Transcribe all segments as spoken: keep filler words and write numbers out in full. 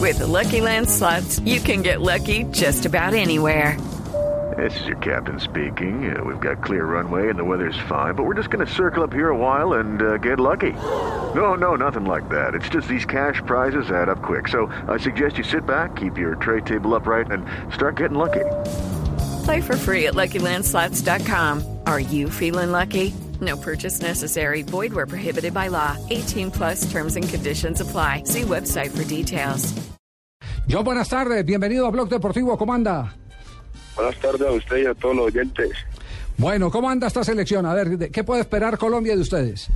With the Lucky Land Slots, you can get lucky just about anywhere. This is your captain speaking. Uh, we've got clear runway and the weather's fine, but we're just going to circle up here a while and uh, get lucky. No, no, nothing like that. It's just these cash prizes add up quick. So I suggest you sit back, keep your tray table upright, and start getting lucky. Play for free at Lucky Land Slots dot com. Are you feeling lucky? No purchase necessary. Void where prohibited by law. eighteen plus terms and conditions apply. See website for details. John, buenas tardes. Bienvenido a Blog Deportivo. ¿Cómo anda? Buenas tardes a usted y a todos los oyentes. Bueno, ¿cómo anda esta selección? A ver, ¿qué puede esperar Colombia de ustedes?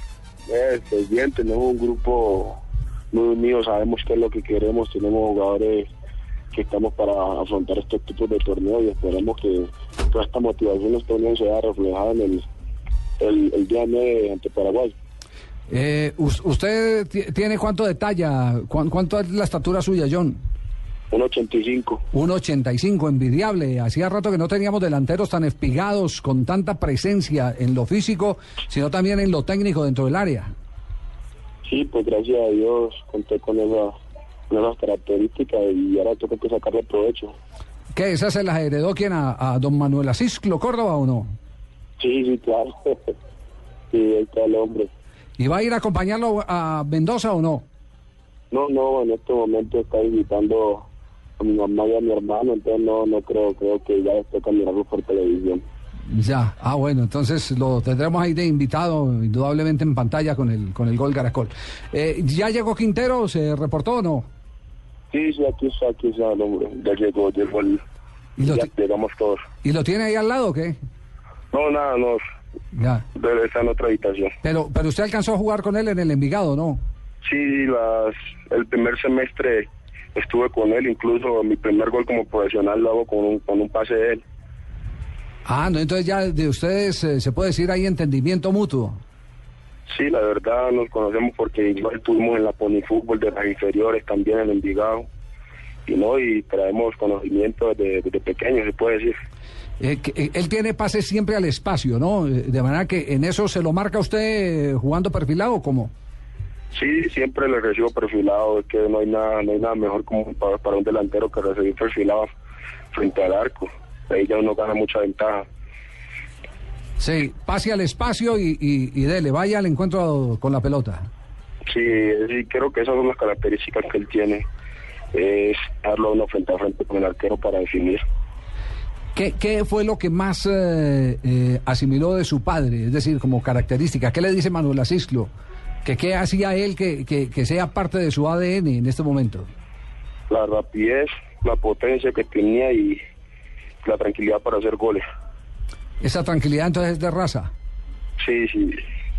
Eh, pues bien, tenemos un grupo muy unido, sabemos qué es lo que queremos, tenemos jugadores que estamos para afrontar estos tipos de torneos y esperamos que toda esta motivación de esta unión se vea reflejada en el, el, el día nueve ante Paraguay. Eh, ¿Usted tiene cuánto de talla? ¿Cuánto es la estatura suya, John? uno ochenta y cinco. uno ochenta y cinco, envidiable. Hacía rato que no teníamos delanteros tan espigados, con tanta presencia en lo físico, sino también en lo técnico dentro del área. Sí, pues gracias a Dios conté con esa, con esas características y ahora tengo que sacarle provecho. ¿Qué? ¿Esas se las heredó quién? ¿A, a don Manuel Asisclo Córdoba o no? Sí, sí, claro. Sí, ahí está el hombre. ¿Y va a ir a acompañarlo a Mendoza o no? No, no, en este momento está invitando a mi mamá y a mi hermano, entonces no no creo creo que ya les toca mirarlo por televisión. Ya, ah bueno, entonces lo tendremos ahí de invitado, indudablemente en pantalla con el con el Gol Caracol. Eh, ¿Ya llegó Quintero? ¿Se reportó o no? Sí, sí, aquí está, aquí está el hombre, ya llegó, llegó el... ¿Y lo ya llegamos todos. ¿Y lo tiene ahí al lado o qué? No, nada, no, ya. Pero está en otra habitación. Pero, pero usted alcanzó a jugar con él en el Envigado, ¿no? Sí, las, el primer semestre estuve con él, incluso mi primer gol como profesional lo hago con un, con un pase de él. Ah, no, entonces ya de ustedes eh, se puede decir hay entendimiento mutuo. Sí, la verdad nos conocemos porque igual estuvimos en la Ponifútbol de las inferiores, también en Envigado, y no, y traemos conocimiento desde, desde pequeño, se puede decir. Eh, que, eh, él tiene pases siempre al espacio, ¿no? De manera que en eso se lo marca usted eh, jugando perfilado, ¿o cómo? Sí, siempre le recibo perfilado, es que no hay nada, no hay nada mejor como para, para un delantero que recibir perfilado frente al arco. Ahí ya uno gana mucha ventaja. Sí, pase al espacio y, y, y dele, vaya al encuentro con la pelota. Sí, sí, creo que esas son las características que él tiene, es darlo uno frente a frente con el arquero para definir. ¿Qué, qué fue lo que más eh, eh, asimiló de su padre? Es decir, como característica, ¿qué le dice Manuel Asisclo? ¿Que qué hacía él que, que, que sea parte de su A D N en este momento? La rapidez, la potencia que tenía y la tranquilidad para hacer goles. ¿Esa tranquilidad entonces es de raza? Sí, sí.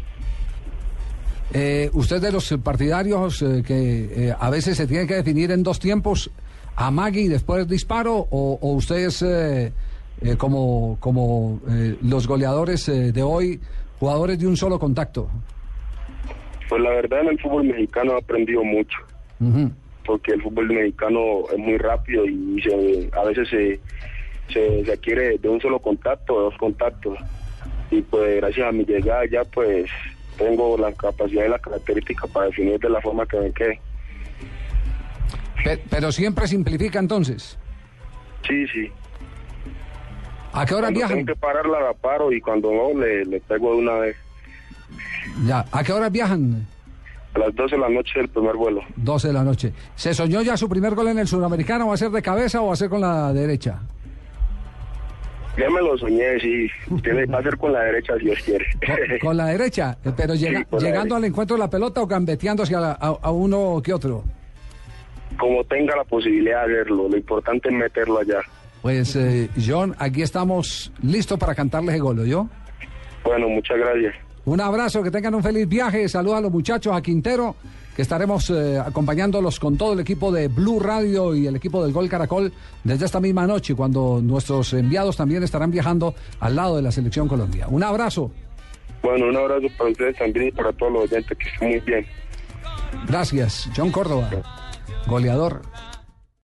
Eh, ¿Usted de los partidarios eh, que eh, a veces se tiene que definir en dos tiempos, amague y después disparo, o, o usted es eh, eh, como, como eh, los goleadores eh, de hoy, jugadores de un solo contacto? Pues la verdad en el fútbol mexicano he aprendido mucho, uh-huh. porque el fútbol mexicano es muy rápido y se, a veces se, se, se adquiere de un solo contacto, de dos contactos. Y pues gracias a mi llegada ya pues tengo la capacidad y la característica para definir de la forma que me quede. Pero, pero siempre simplifica entonces. Sí, sí. ¿A qué hora cuando viajan? Tengo que pararla, la paro y cuando no, le, le pego de una vez. Ya, ¿a qué hora viajan? A las doce de la noche del primer vuelo. doce de la noche. ¿Se soñó ya su primer gol en el Sudamericano? ¿Va a ser de cabeza o va a ser con la derecha? Ya me lo soñé, sí. Tiene, va a ser con la derecha si Dios quiere. ¿Con, con la derecha? Pero llega, sí, llegando al encuentro de la pelota o gambeteando hacia la, a, a uno que otro. Como tenga la posibilidad de hacerlo, lo importante es meterlo allá. Pues, eh, John, aquí estamos listos para cantarles el gol, ¿yo? Bueno, muchas gracias. Un abrazo, que tengan un feliz viaje. Saludos a los muchachos, a Quintero, que estaremos eh, acompañándolos con todo el equipo de Blue Radio y el equipo del Gol Caracol desde esta misma noche, cuando nuestros enviados también estarán viajando al lado de la Selección Colombia. Un abrazo. Bueno, un abrazo para ustedes también y para todos los oyentes, que estén muy bien. Gracias, John Córdoba, goleador